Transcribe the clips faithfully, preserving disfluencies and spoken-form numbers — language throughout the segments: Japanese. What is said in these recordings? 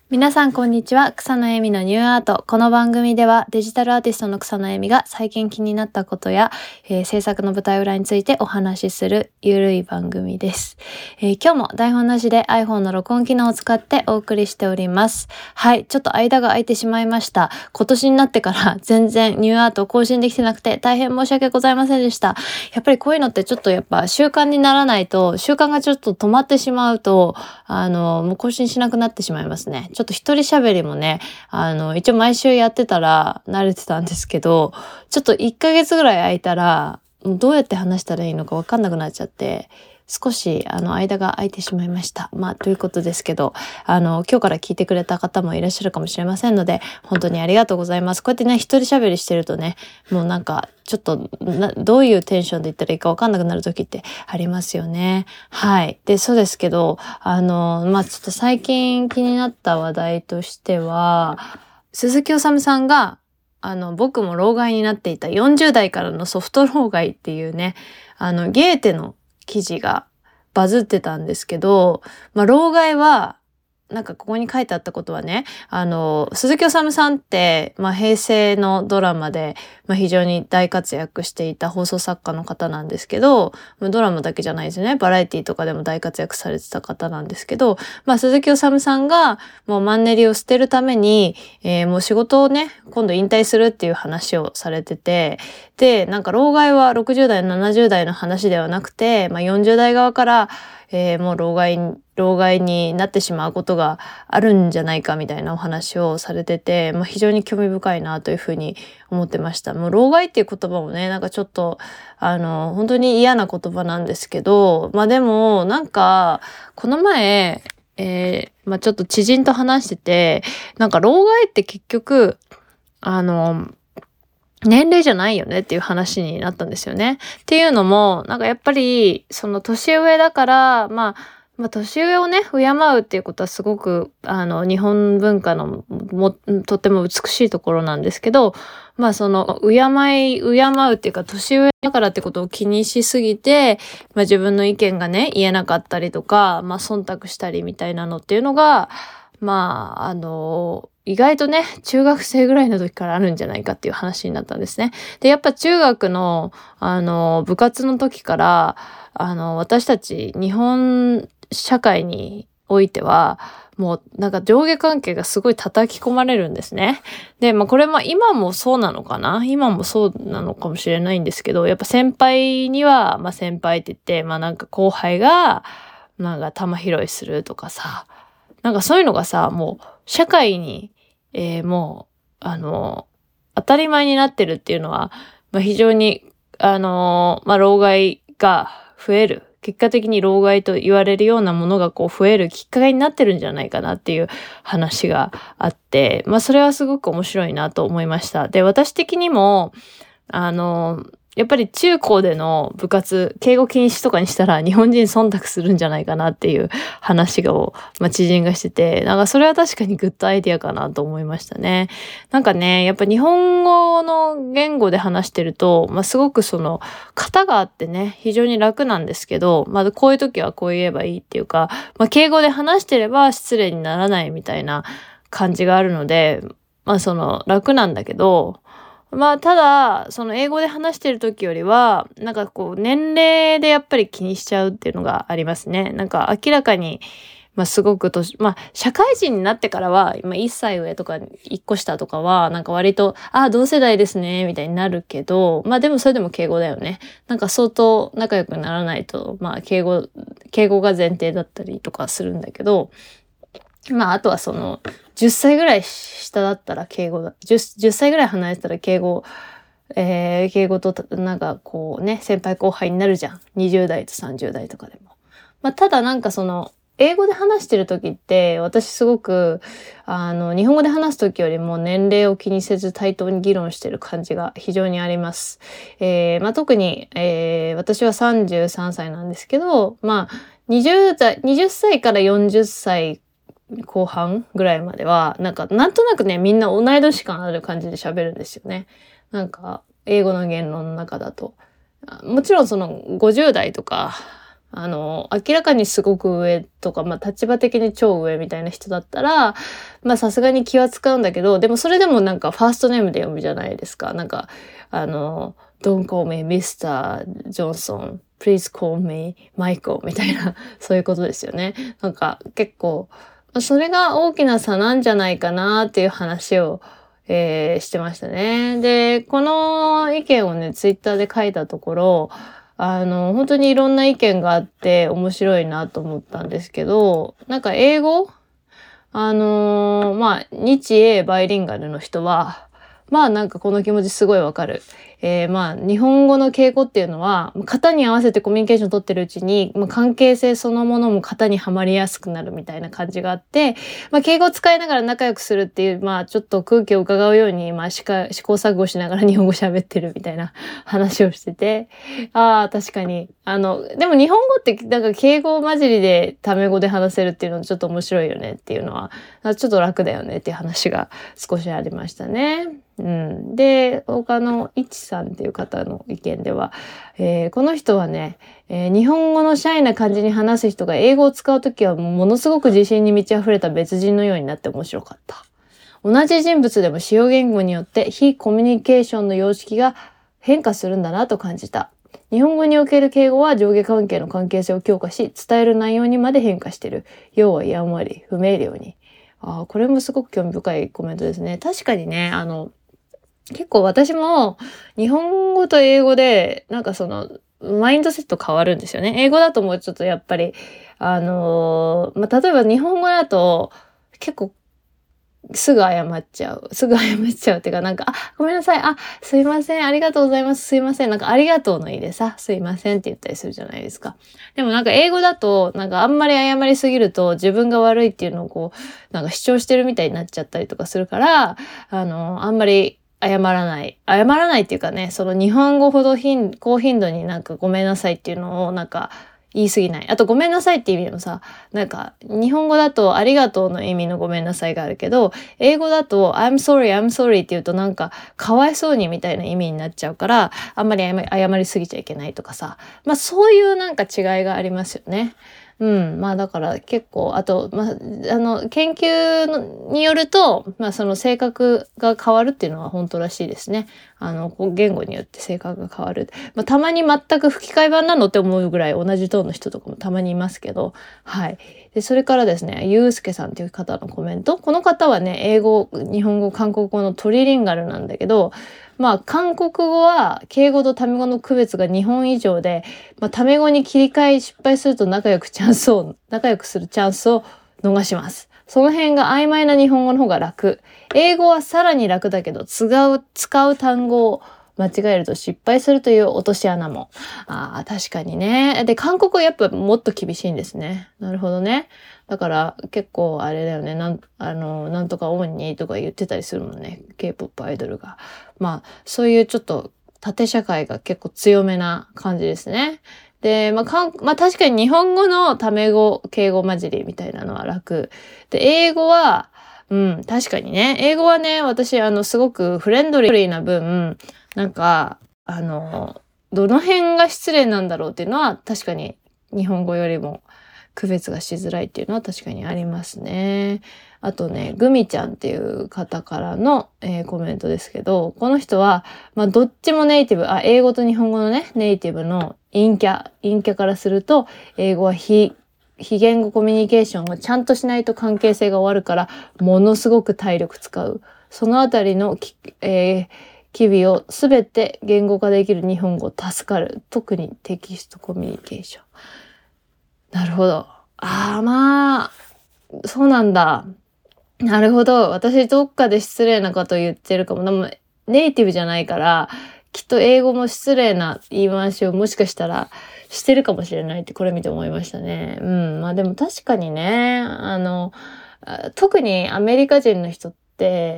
皆さんこんにちは。草野恵美のニューアート。この番組ではデジタルアーティストの草野恵美が最近気になったことや、えー、制作の舞台裏についてお話しするゆるい番組です、えー、今日も台本なしで iPhone の録音機能を使ってお送りしております。はい、ちょっと間が空いてしまいました。今年になってから全然ニューアートを更新できてなくて大変申し訳ございませんでした。やっぱりこういうのってちょっとやっぱ習慣にならないと、習慣がちょっと止まってしまうと、あの、もう更新しなくなってしまいますね。ちょっと一人喋りもね、あの、一応毎週やってたら慣れてたんですけど、ちょっといっかげつぐらい空いたら、どうやって話したらいいのかわかんなくなっちゃって、少し、あの、間が空いてしまいました。まあ、ということですけど、あの、今日から聞いてくれた方もいらっしゃるかもしれませんので、本当にありがとうございます。こうやってね、一人喋りしてるとね、もうなんか、ちょっとな、どういうテンションで言ったらいいかわかんなくなる時ってありますよね。はい。で、そうですけど、あの、まあ、ちょっと最近気になった話題としては、鈴木おさむさんが、あの、僕も老害になっていたよんじゅう代からのソフト老害っていうね、あの、ゲーテの記事がバズってたんですけど、まあ、老害は、なんかここに書いてあったことはね、あの、鈴木おさむさんって、まあ、平成のドラマで、まあ、非常に大活躍していた放送作家の方なんですけど、ドラマだけじゃないですよね。バラエティとかでも大活躍されてた方なんですけど、まあ、鈴木おさむさんがもうマンネリを捨てるために、えー、もう仕事をね、今度引退するっていう話をされてて、で、なんか老害はろくじゅう代、ななじゅう代の話ではなくて、まあ、よんじゅう代側から、えー、もう老害、老害になってしまうことがあるんじゃないかみたいなお話をされてて、まあ、非常に興味深いなというふうに思ってました。もう老害っていう言葉もね、なんかちょっと、あの、本当に嫌な言葉なんですけど、まあでも、なんか、この前、えー、まあちょっと知人と話してて、なんか老害って結局、あの、年齢じゃないよねっていう話になったんですよね。っていうのも、なんかやっぱり、その年上だから、まあ、まあ、年上をね、敬うっていうことはすごく、あの、日本文化のも、とっても美しいところなんですけど、まあ、その、敬い、敬うっていうか、年上だからってことを気にしすぎて、まあ、自分の意見がね、言えなかったりとか、まあ、忖度したりみたいなのっていうのが、まあ、あの、意外とね、中学生ぐらいの時からあるんじゃないかっていう話になったんですね。で、やっぱ中学の、あの、部活の時から、あの、私たち日本社会においては、もうなんか上下関係がすごい叩き込まれるんですね。で、まあこれまあ今もそうなのかな今もそうなのかもしれないんですけど、やっぱ先輩には、まあ先輩って言って、まあなんか後輩が、なんか玉拾いするとかさ、なんかそういうのがさ、もう社会に、えー、もう、あの、当たり前になってるっていうのは、まあ、非常に、あの、まあ、老害が増える。結果的に老害と言われるようなものがこう増えるきっかけになってるんじゃないかなっていう話があって、まあ、それはすごく面白いなと思いました。で、私的にも、あの、やっぱり中高での部活、敬語禁止とかにしたら日本人忖度するんじゃないかなっていう話を、まあ、知人がしてて、なんかそれは確かにグッドアイディアかなと思いましたね。なんかね、やっぱ日本語の言語で話してると、まあ、すごくその型があってね、非常に楽なんですけど、まあ、こういう時はこう言えばいいっていうか、まあ、敬語で話してれば失礼にならないみたいな感じがあるので、まあその楽なんだけど、まあ、ただ、その英語で話してる時よりは、なんかこう、年齢でやっぱり気にしちゃうっていうのがありますね。なんか明らかに、まあすごく年、まあ社会人になってからは、今いっさい上とかいっこ下とかは、なんか割と、ああ、同世代ですね、みたいになるけど、まあでもそれでも敬語だよね。なんか相当仲良くならないと、まあ敬語、敬語が前提だったりとかするんだけど、まあ、あとはその、じゅっさいぐらい下だったら敬語だ。10, じゅっさいぐらい離れてたら敬語、えー、敬語と、なんかこうね、先輩後輩になるじゃん。にじゅう代とさんじゅう代とかでも。まあ、ただなんかその、英語で話してる時って、私すごく、あの、日本語で話す時よりも年齢を気にせず対等に議論してる感じが非常にあります。えー、まあ、特に、えー、私はさんじゅうさんさいなんですけど、まあ、にじゅう代、はたちからよんじゅっさい後半ぐらいまでは、なんか、なんとなくね、みんな同い年感ある感じで喋るんですよね。なんか、英語の言論の中だと。もちろんそのごじゅう代とか、 あの、明らかにすごく上とか、まあ立場的に超上みたいな人だったら、まあさすがに気は使うんだけど、でもそれでもなんかファーストネームで呼ぶじゃないですか。なんか、あの、Don't call me ミスター Johnson, please call me Michael みたいな、そういうことですよね。なんか結構、それが大きな差なんじゃないかなっていう話を、えーしてましたね。で、この意見をね、ツイッターで書いたところ、あの、本当にいろんな意見があって面白いなと思ったんですけど、なんか英語あのーまあ、日英バイリンガルの人は、まあなんかこの気持ちすごいわかる。えー、まあ日本語の敬語っていうのは、型に合わせてコミュニケーション取ってるうちに、まあ、関係性そのものも型にはまりやすくなるみたいな感じがあって、まあ敬語を使いながら仲良くするっていう、まあちょっと空気を伺うように、まあ試行錯誤しながら日本語喋ってるみたいな話をしてて、ああ、確かに。あの、でも日本語ってなんか敬語混じりでタメ語で話せるっていうのちょっと面白いよねっていうのは、ちょっと楽だよねっていう話が少しありましたね。うん、で、他のいちさんっていう方の意見では、えーこの人はね、えー日本語のシャイな感じに話す人が英語を使うときはものすごく自信に満ち溢れた別人のようになって面白かった。同じ人物でも使用言語によって非コミュニケーションの様式が変化するんだなと感じた。日本語における敬語は上下関係の関係性を強化し、伝える内容にまで変化している。要はやんわり、不明瞭に。ああ、これもすごく興味深いコメントですね。確かにね、あの、結構私も日本語と英語で、なんかその、マインドセット変わるんですよね。英語だともうちょっとやっぱり、あのーまあ、例えば日本語だと結構すぐ謝っちゃう。すぐ謝っちゃうっていうか、なんか、あ、ごめんなさい。あ、すいません。ありがとうございます。すいません。なんか、ありがとうの意でさ、すいませんって言ったりするじゃないですか。でもなんか、英語だと、なんか、あんまり謝りすぎると、自分が悪いっていうのをこう、なんか主張してるみたいになっちゃったりとかするから、あの、あんまり、謝らない。謝らないっていうかね、その日本語ほど頻、高頻度になんかごめんなさいっていうのをなんか言い過ぎない。あとごめんなさいっていう意味でもさ、なんか日本語だとありがとうの意味のごめんなさいがあるけど、英語だと I'm sorry, I'm sorry って言うとなんかかわいそうにみたいな意味になっちゃうから、あんまり謝謝りすぎちゃいけないとかさ。まあそういうなんか違いがありますよね。うん。まあだから結構、あと、まあ、あの、研究のによると、まあその性格が変わるっていうのは本当らしいですね。あの、こう言語によって性格が変わる。まあたまに全く吹き替え版なのって思うぐらい同じトーンの人とかもたまにいますけど、はい。で、それからですね、ゆうすけさんっていう方のコメント。この方はね、英語、日本語、韓国語のトリリンガルなんだけど、まあ、韓国語は敬語とタメ語の区別がにほん以上で、まあ、タメ語に切り替え失敗すると仲良くチャンスを、仲良くするチャンスを逃します。その辺が曖昧な日本語の方が楽。英語はさらに楽だけど、違う、使う単語を間違えると失敗するという落とし穴も。ああ、確かにね。で、韓国はやっぱもっと厳しいんですね。なるほどね。だから結構あれだよね。なん、あの、なんとかオンにとか言ってたりするもんね。K-ポップ アイドルが。まあ、そういうちょっと縦社会が結構強めな感じですね。で、まあ、かん、まあ、確かに日本語のタメ語、敬語混じりみたいなのは楽。で、英語は、うん、確かにね。英語はね、私、あの、すごくフレンドリーな分、なんか、あの、どの辺が失礼なんだろうっていうのは、確かに日本語よりも区別がしづらいっていうのは確かにありますね。あとね、グミちゃんっていう方からの、えーコメントですけど、この人は、まあ、どっちもネイティブ、あ、英語と日本語のね、ネイティブの陰キャ、陰キャからすると、英語は非、非言語コミュニケーションをちゃんとしないと関係性が終わるから、ものすごく体力使う。そのあたりのき、えー機微をすべて言語化できる日本語助かる。特にテキストコミュニケーション。なるほど。ああ、まあ、そうなんだ。なるほど。私どっかで失礼なこと言ってるかも。でもネイティブじゃないから、きっと英語も失礼な言い回しをもしかしたらしてるかもしれないってこれ見て思いましたね。うん。まあでも確かにね、あの、あ特にアメリカ人の人って、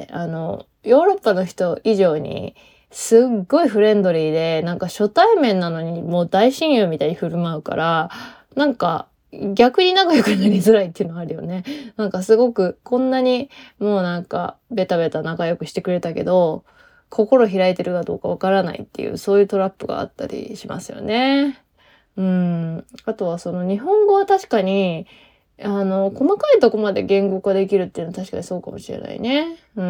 あの、ヨーロッパの人以上にすっごいフレンドリーで、なんか初対面なのにもう大親友みたいに振る舞うから、なんか逆に仲良くなりづらいっていうのはあるよね。なんかすごくこんなにもうなんかベタベタ仲良くしてくれたけど、心開いてるかどうかわからないっていう、そういうトラップがあったりしますよね。 うん。あとはその日本語は確かに、あの、細かいとこまで言語化できるっていうのは確かにそうかもしれないね。うん。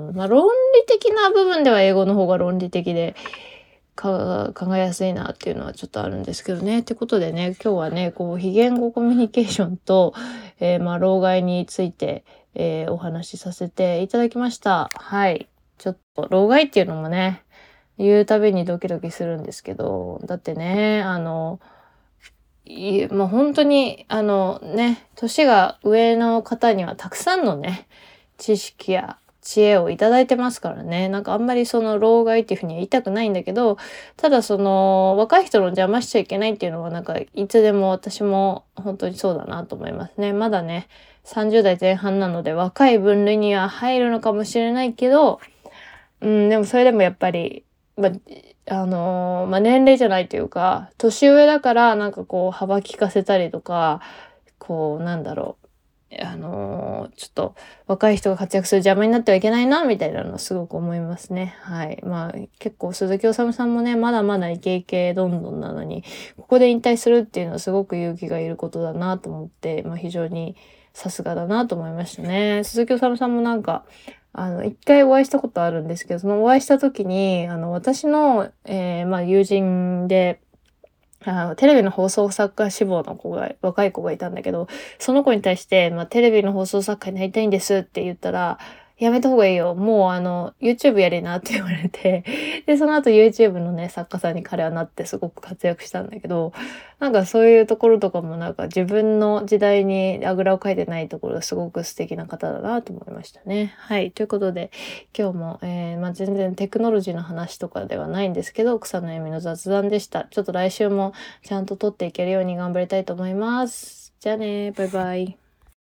まあ論理的な部分では英語の方が論理的で、か考えやすいなっていうのはちょっとあるんですけどね。ってことでね、今日はね、こう、非言語コミュニケーションと、えー、まあ、老害について、えー、お話しさせていただきました。はい。ちょっと、老害っていうのもね、言うたびにドキドキするんですけど、だってね、あの、いまあ、本当に、あのね、年が上の方にはたくさんのね、知識や知恵をいただいてますからね。なんかあんまりその老害っていうふうには言いたくないんだけど、ただその若い人の邪魔しちゃいけないっていうのはなんかいつでも私も本当にそうだなと思いますね。まだね、さんじゅう代前半なので若い分類には入るのかもしれないけど、うん、でもそれでもやっぱり、まあ、あのーまあ、年齢じゃないというか、年上だからなんかこう幅利かせたりとか、こうなんだろう。あのーちょっと若い人が活躍する邪魔になってはいけないな、みたいなのをすごく思いますね。はい。まあ結構鈴木おさむさんもね、まだまだイケイケどんどんなのに、ここで引退するっていうのはすごく勇気がいることだなと思って、まあ非常にさすがだなと思いましたね。鈴木おさむさんもなんか、あの、一回お会いしたことあるんですけど、そのお会いした時に、あの、私の、えー、まあ友人で、あの、テレビの放送作家志望の子が、若い子がいたんだけど、その子に対して、まあ、テレビの放送作家になりたいんですって言ったら、やめた方がいいよ。もうあの、YouTube やれなって言われて、で、その後 YouTube のね、作家さんに彼はなってすごく活躍したんだけど、なんかそういうところとかもなんか自分の時代にあぐらをかいてないところがすごく素敵な方だなと思いましたね。はい。ということで、今日も、えー、まあ、全然テクノロジーの話とかではないんですけど、草の恵美の雑談でした。ちょっと来週もちゃんと撮っていけるように頑張りたいと思います。じゃあね、バイバイ。